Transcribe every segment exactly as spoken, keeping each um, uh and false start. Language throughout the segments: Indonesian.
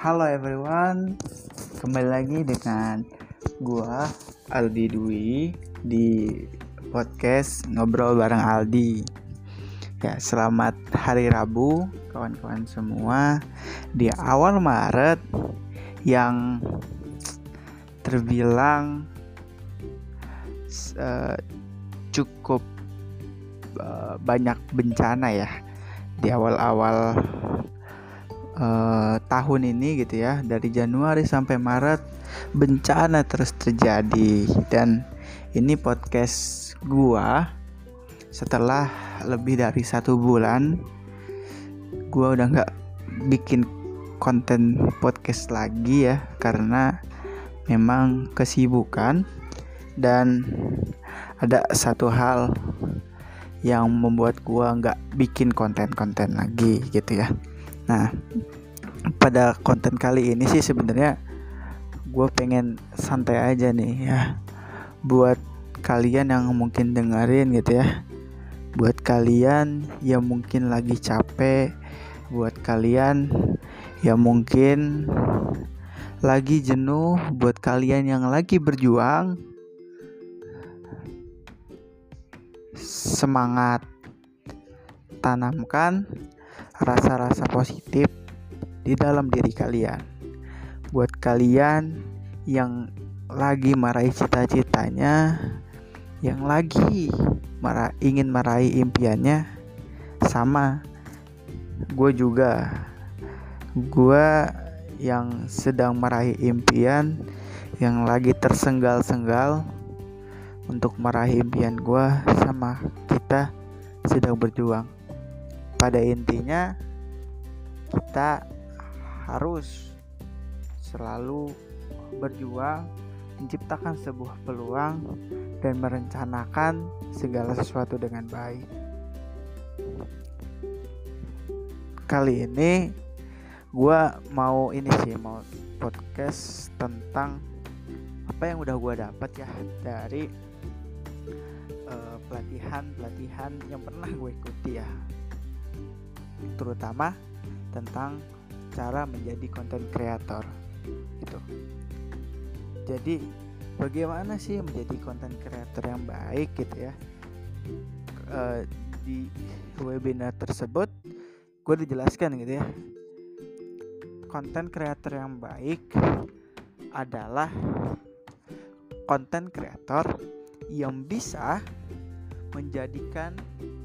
Halo everyone, kembali lagi dengan gua Aldi Dwi di podcast Ngobrol bareng Aldi. Ya, selamat hari Rabu kawan-kawan semua di awal Maret yang terbilang uh, cukup uh, banyak bencana ya di awal-awal Uh, tahun ini gitu ya. Dari Januari sampai Maret bencana terus terjadi. Dan ini podcast gua setelah lebih dari satu bulan gua udah gak bikin konten podcast lagi ya, karena memang kesibukan dan ada satu hal yang membuat gua gak bikin konten-konten lagi gitu ya. Nah, pada konten kali ini sih sebenarnya gue pengen santai aja nih ya, buat kalian yang mungkin dengerin gitu ya, buat kalian yang mungkin lagi capek, buat kalian yang mungkin lagi jenuh, buat kalian yang lagi berjuang, semangat, tanamkan rasa-rasa positif di dalam diri kalian. Buat kalian yang lagi meraih cita-citanya, yang lagi marah, ingin meraih impiannya, sama gue juga. Gue yang sedang meraih impian, yang lagi tersenggal-senggal untuk meraih impian gue, sama kita sedang berjuang. Pada intinya kita harus selalu berjuang, menciptakan sebuah peluang dan merencanakan segala sesuatu dengan baik. Kali ini gue mau ini sih mau podcast tentang apa yang udah gue dapat ya dari uh, pelatihan-pelatihan yang pernah gue ikuti ya, terutama tentang cara menjadi content creator gitu. Jadi bagaimana sih menjadi content creator yang baik gitu ya. E, di webinar tersebut gue dijelaskan gitu ya, content creator yang baik adalah content creator yang bisa menjadikan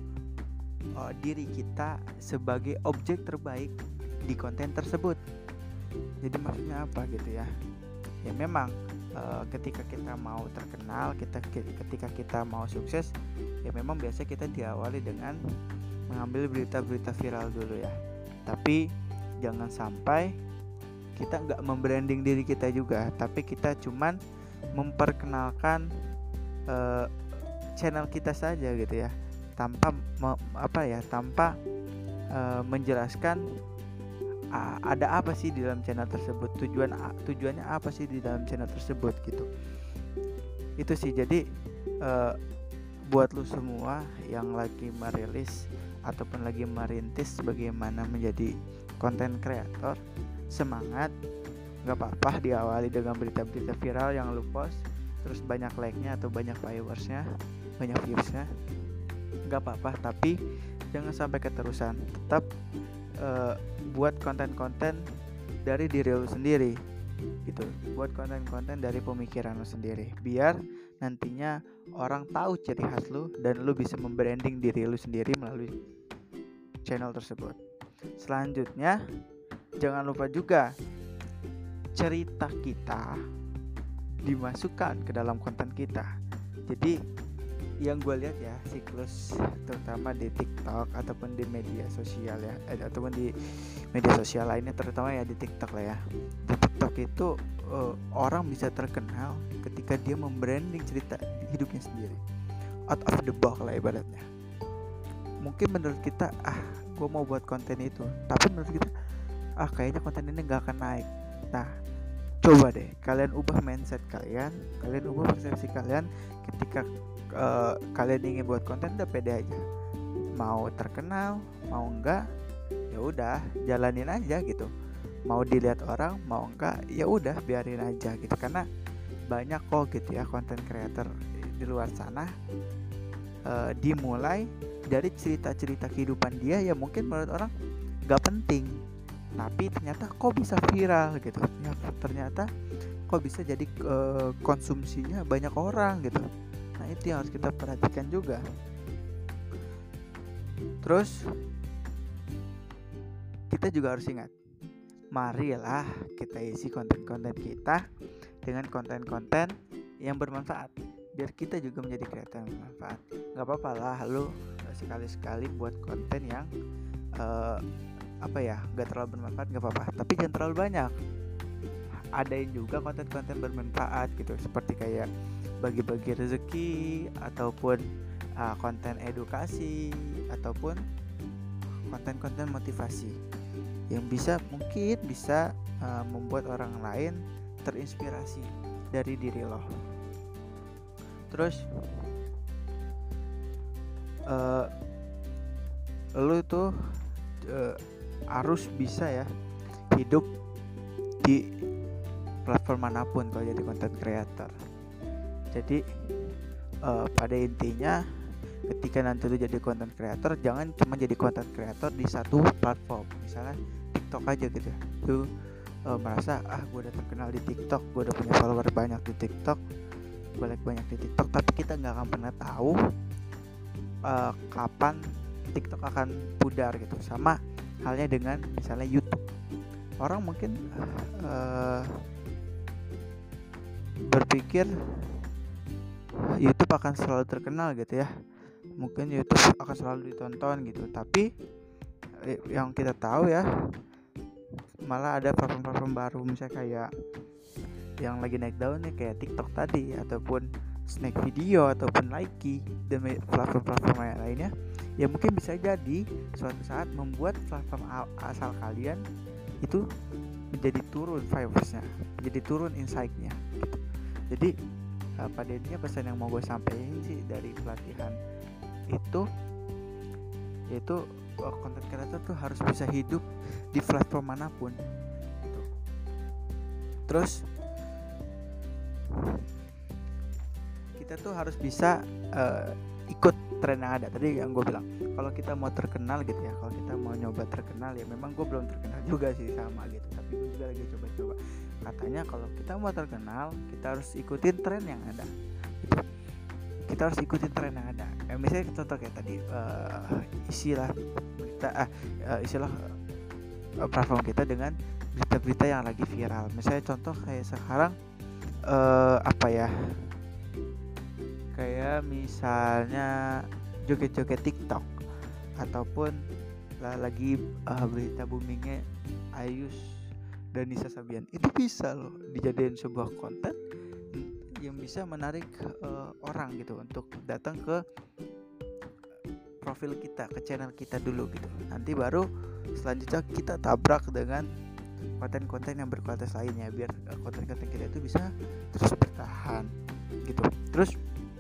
Uh, diri kita sebagai objek terbaik di konten tersebut. Jadi maksudnya apa gitu ya? Ya memang uh, ketika kita mau terkenal, kita ketika kita mau sukses, ya memang biasa kita diawali dengan mengambil berita-berita viral dulu ya. Tapi jangan sampai kita nggak membranding diri kita juga, tapi kita cuman memperkenalkan uh, channel kita saja gitu ya, tanpa me, apa ya tanpa uh, menjelaskan uh, ada apa sih di dalam channel tersebut, tujuan tujuannya apa sih di dalam channel tersebut gitu. Itu sih. Jadi uh, buat lu semua yang lagi merilis ataupun lagi merintis bagaimana menjadi content creator, semangat. Gak apa-apa diawali dengan berita-berita viral yang lu post terus banyak like-nya atau banyak viewersnya, banyak views-nya, gak apa-apa, tapi jangan sampai keterusan. Tetap uh, buat konten-konten dari diri lu sendiri gitu. Buat konten-konten dari pemikiran lu sendiri, biar nantinya orang tahu ciri khas lu dan lu bisa membranding diri lu sendiri melalui channel tersebut. Selanjutnya, jangan lupa juga cerita kita dimasukkan ke dalam konten kita. Jadi yang gue lihat ya, siklus terutama di TikTok ataupun di media sosial ya, eh, ataupun di media sosial lainnya, terutama ya di TikTok lah ya. Di TikTok itu uh, orang bisa terkenal ketika dia membranding cerita hidupnya sendiri, out of the box lah ibaratnya. Mungkin menurut kita, ah gue mau buat konten itu, tapi menurut kita, ah kayaknya konten ini gak akan naik. Nah, coba deh kalian ubah mindset kalian, kalian ubah persepsi kalian ketika Uh, kalian ingin buat konten, udah pede aja. Mau terkenal, mau enggak, ya udah jalanin aja gitu. mau dilihat orang mau enggak ya udah biarin aja gitu, karena banyak kok gitu ya konten creator di luar sana uh, dimulai dari cerita-cerita kehidupan dia yang mungkin menurut orang gak penting, tapi ternyata kok bisa viral gitu ya, ternyata kok bisa jadi uh, konsumsinya banyak orang gitu. Nah itu yang harus kita perhatikan juga. Terus kita juga harus ingat, marilah kita isi konten-konten kita dengan konten-konten yang bermanfaat, biar kita juga menjadi kreator yang bermanfaat. Gak apa-apa lah lu sekali-sekali buat konten yang uh, apa ya, gak terlalu bermanfaat, gak apa-apa, tapi jangan terlalu banyak. Adain juga konten-konten bermanfaat gitu, seperti kayak bagi-bagi rezeki, ataupun uh, konten edukasi, ataupun konten-konten motivasi yang bisa mungkin bisa uh, membuat orang lain terinspirasi dari diri lo. Terus uh, lo tuh uh, harus bisa ya hidup di platform manapun kalau jadi content creator. Jadi uh, pada intinya ketika nanti lu jadi content creator, jangan cuma jadi content creator di satu platform, misalnya TikTok aja gitu ya. Lu uh, merasa ah gue udah terkenal di TikTok, gue udah punya follower banyak di TikTok, gue like banyak di TikTok, tapi kita nggak akan pernah tahu uh, kapan TikTok akan pudar gitu. Sama halnya dengan misalnya YouTube. Orang mungkin uh, berpikir YouTube akan selalu terkenal gitu ya, mungkin YouTube akan selalu ditonton gitu, tapi eh, yang kita tahu ya malah ada platform-platform baru, misalnya kayak yang lagi naik daun nih kayak TikTok tadi, ataupun Snack Video, ataupun Likee dan platform-platform yang lainnya, ya mungkin bisa jadi suatu saat membuat platform asal kalian itu menjadi turun viewersnya, menjadi turun insight-nya gitu. Jadi uh, pada intinya pesan yang mau gue sampaikan sih dari pelatihan itu yaitu uh, content creator tuh harus bisa hidup di platform manapun gitu. Terus kita tuh harus bisa uh, ikut tren yang ada. Tadi yang gue bilang, kalau kita mau terkenal gitu ya, kalau kita mau nyoba terkenal, ya memang gue belum terkenal juga sih sama gitu, tapi gue juga lagi coba-coba. Katanya kalau kita mau terkenal, kita harus ikutin tren yang ada gitu. Kita harus ikutin tren yang ada. Ya, misalnya contoh kayak tadi uh, isilah berita ah uh, isilah uh, platform kita dengan berita-berita yang lagi viral. Misalnya contoh kayak sekarang uh, apa ya? Kayak misalnya joget-joget TikTok, ataupun lah lagi uh, berita boomingnya Ayus dan Nisa Sabian, itu bisa loh dijadiin sebuah konten yang bisa menarik uh, orang gitu untuk datang ke profil kita, ke channel kita dulu gitu. Nanti baru selanjutnya kita tabrak dengan konten-konten yang berkualitas lainnya, biar uh, konten-konten kita itu bisa terus bertahan gitu. Terus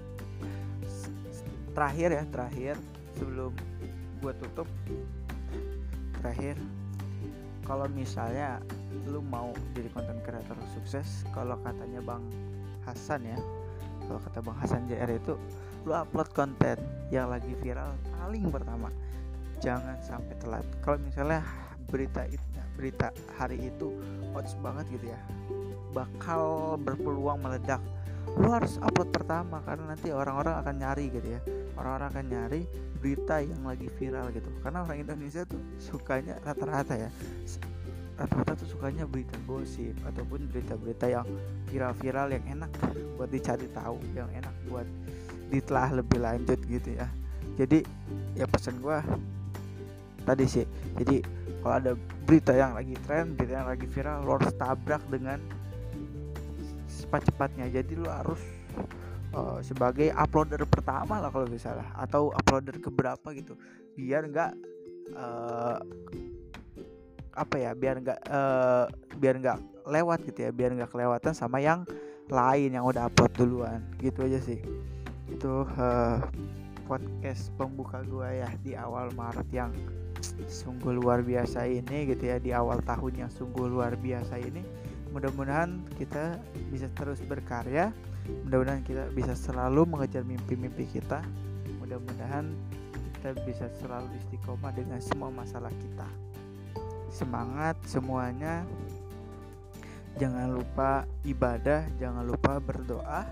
terakhir ya terakhir sebelum gue tutup, terakhir kalau misalnya lu mau jadi content creator sukses, kalau katanya Bang Hasan ya, kalau kata Bang Hasan J R itu, lu upload konten yang lagi viral paling pertama, jangan sampai telat. Kalau misalnya berita itu berita hari itu hots banget gitu ya, bakal berpeluang meledak, lu harus upload pertama, karena nanti orang-orang akan nyari gitu ya, orang-orang akan nyari berita yang lagi viral gitu. Karena orang Indonesia tuh sukanya rata-rata ya rata-rata tuh sukanya berita gosip ataupun berita-berita yang viral-viral, yang enak buat dicari tahu, yang enak buat ditelaah lebih lanjut gitu ya. Jadi ya pesan gue tadi sih, jadi kalau ada berita yang lagi tren, berita yang lagi viral, lo harus tabrak dengan cepat-cepatnya. Jadi lo harus uh, sebagai uploader pertama lah kalau misalnya, atau uploader keberapa gitu, biar nggak uh, apa ya biar nggak uh, biar nggak lewat gitu ya, biar nggak kelewatan sama yang lain yang udah upload duluan gitu aja sih. Itu uh, podcast pembuka gua ya di awal Maret yang sungguh luar biasa ini gitu ya, di awal tahun yang sungguh luar biasa ini. Mudah-mudahan kita bisa terus berkarya, mudah-mudahan kita bisa selalu mengejar mimpi-mimpi kita, mudah-mudahan kita bisa selalu istiqomah dengan semua masalah kita. Semangat semuanya, jangan lupa ibadah, jangan lupa berdoa,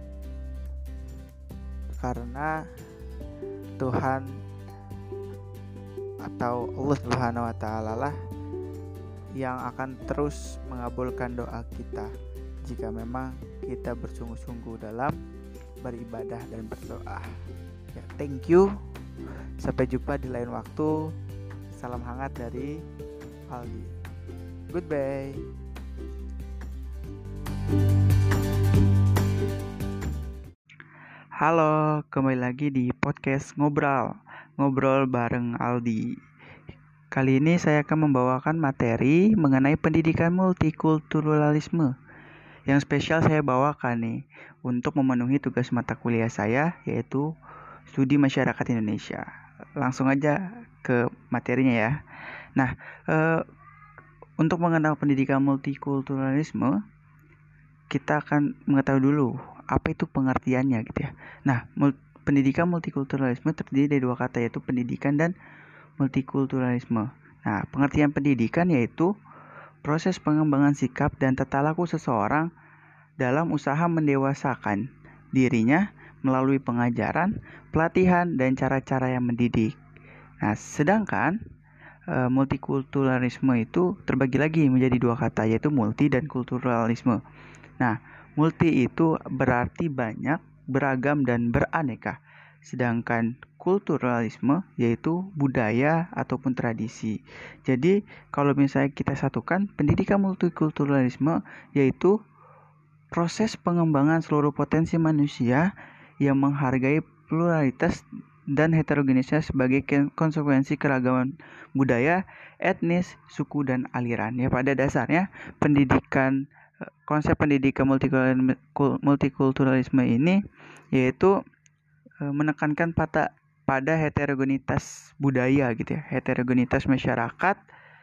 karena Tuhan atau Allah Subhanahu wa taala lah yang akan terus mengabulkan doa kita jika memang kita bersungguh-sungguh dalam beribadah dan berdoa. Ya, thank you. Sampai jumpa di lain waktu. Salam hangat dari Aldi. Goodbye. Halo, kembali lagi di podcast Ngobrol Ngobrol bareng Aldi. Kali ini saya akan membawakan materi mengenai pendidikan multikulturalisme. Yang spesial saya bawakan nih untuk memenuhi tugas mata kuliah saya, yaitu Studi Masyarakat Indonesia. Langsung aja ke materinya ya. Nah, eh, untuk mengenal pendidikan multikulturalisme, kita akan mengetahui dulu apa itu pengertiannya gitu ya. Nah, mul- pendidikan multikulturalisme terdiri dari dua kata, yaitu pendidikan dan multikulturalisme. Nah, pengertian pendidikan yaitu proses pengembangan sikap dan tata laku seseorang dalam usaha mendewasakan dirinya melalui pengajaran, pelatihan, dan cara-cara yang mendidik. Nah, sedangkan e, multikulturalisme itu terbagi lagi menjadi dua kata, yaitu multi dan kulturalisme. Nah, multi itu berarti banyak, beragam, dan beraneka. Sedangkan kulturalisme yaitu budaya ataupun tradisi. Jadi, kalau misalnya kita satukan, pendidikan multikulturalisme yaitu proses pengembangan seluruh potensi manusia yang menghargai pluralitas dan heterogenisnya sebagai konsekuensi keragaman budaya, etnis, suku, dan aliran. Ya, pada dasarnya pendidikan konsep pendidikan multikulturalisme ini yaitu e, menekankan pada pada heterogenitas budaya gitu ya, heterogenitas masyarakat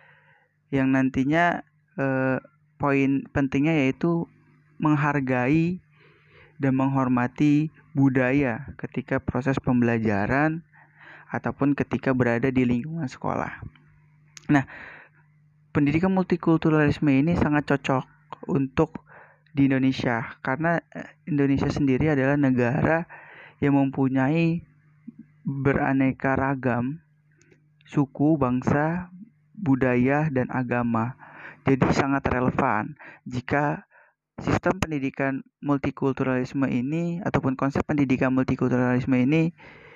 yang nantinya e, poin pentingnya yaitu menghargai dan menghormati budaya ketika proses pembelajaran ataupun ketika berada di lingkungan sekolah. Nah, pendidikan multikulturalisme ini sangat cocok untuk di Indonesia karena Indonesia sendiri adalah negara yang mempunyai beraneka ragam suku, bangsa, budaya, dan agama. Jadi sangat relevan jika sistem pendidikan multikulturalisme ini ataupun konsep pendidikan multikulturalisme ini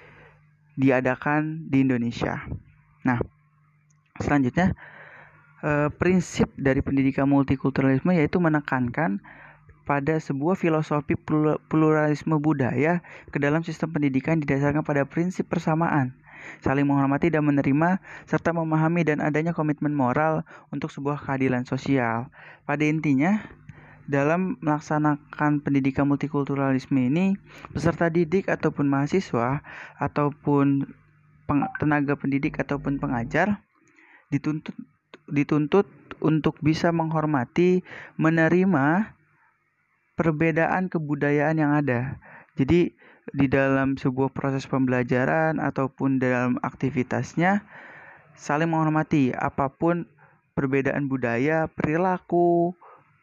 diadakan di Indonesia. Nah, selanjutnya Uh, prinsip dari pendidikan multikulturalisme yaitu menekankan pada sebuah filosofi pluralisme budaya ke dalam sistem pendidikan didasarkan pada prinsip persamaan, saling menghormati dan menerima, serta memahami dan adanya komitmen moral untuk sebuah keadilan sosial. Pada intinya, dalam melaksanakan pendidikan multikulturalisme ini, peserta didik ataupun mahasiswa ataupun peng- tenaga pendidik ataupun pengajar dituntut dituntut untuk bisa menghormati, menerima perbedaan kebudayaan yang ada. Jadi di dalam sebuah proses pembelajaran ataupun dalam aktivitasnya saling menghormati apapun perbedaan budaya, perilaku,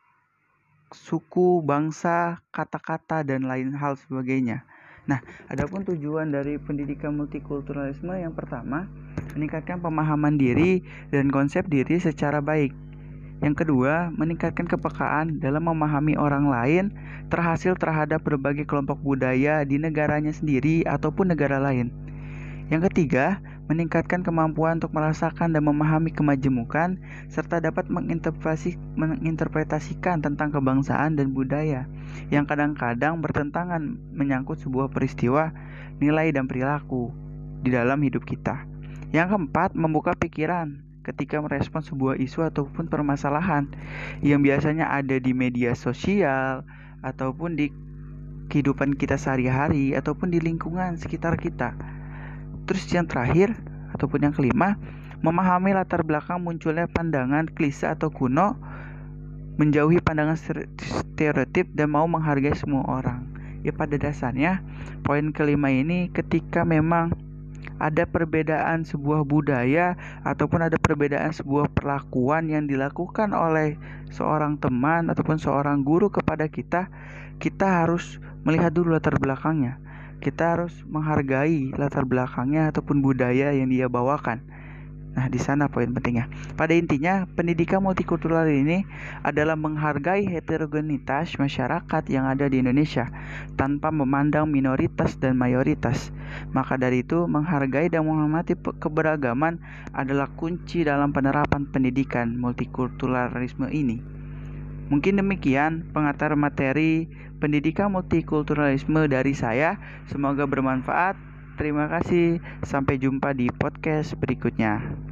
suku, bangsa, kata-kata, dan lain hal sebagainya. Nah, adapun tujuan dari pendidikan multikulturalisme yang pertama, meningkatkan pemahaman diri dan konsep diri secara baik. Yang kedua, meningkatkan kepekaan dalam memahami orang lain terhasil terhadap berbagai kelompok budaya di negaranya sendiri ataupun negara lain. Yang ketiga, meningkatkan kemampuan untuk merasakan dan memahami kemajemukan serta dapat menginterpretasi, menginterpretasikan tentang kebangsaan dan budaya yang kadang-kadang bertentangan menyangkut sebuah peristiwa, nilai, dan perilaku di dalam hidup kita. Yang keempat, membuka pikiran ketika merespon sebuah isu ataupun permasalahan yang biasanya ada di media sosial ataupun di kehidupan kita sehari-hari ataupun di lingkungan sekitar kita. Terus yang terakhir ataupun yang kelima, memahami latar belakang munculnya pandangan klise atau kuno, menjauhi pandangan stereotip dan mau menghargai semua orang. Ya pada dasarnya poin kelima ini ketika memang ada perbedaan sebuah budaya ataupun ada perbedaan sebuah perlakuan yang dilakukan oleh seorang teman ataupun seorang guru kepada kita, kita harus melihat dulu latar belakangnya. Kita harus menghargai latar belakangnya ataupun budaya yang dia bawakan. Nah, di sana poin pentingnya. Pada intinya, pendidikan multikultural ini adalah menghargai heterogenitas masyarakat yang ada di Indonesia tanpa memandang minoritas dan mayoritas. Maka dari itu, menghargai dan menghormati keberagaman adalah kunci dalam penerapan pendidikan multikulturalisme ini. Mungkin demikian pengantar materi pendidikan multikulturalisme dari saya. Semoga bermanfaat. Terima kasih, sampai jumpa di podcast berikutnya.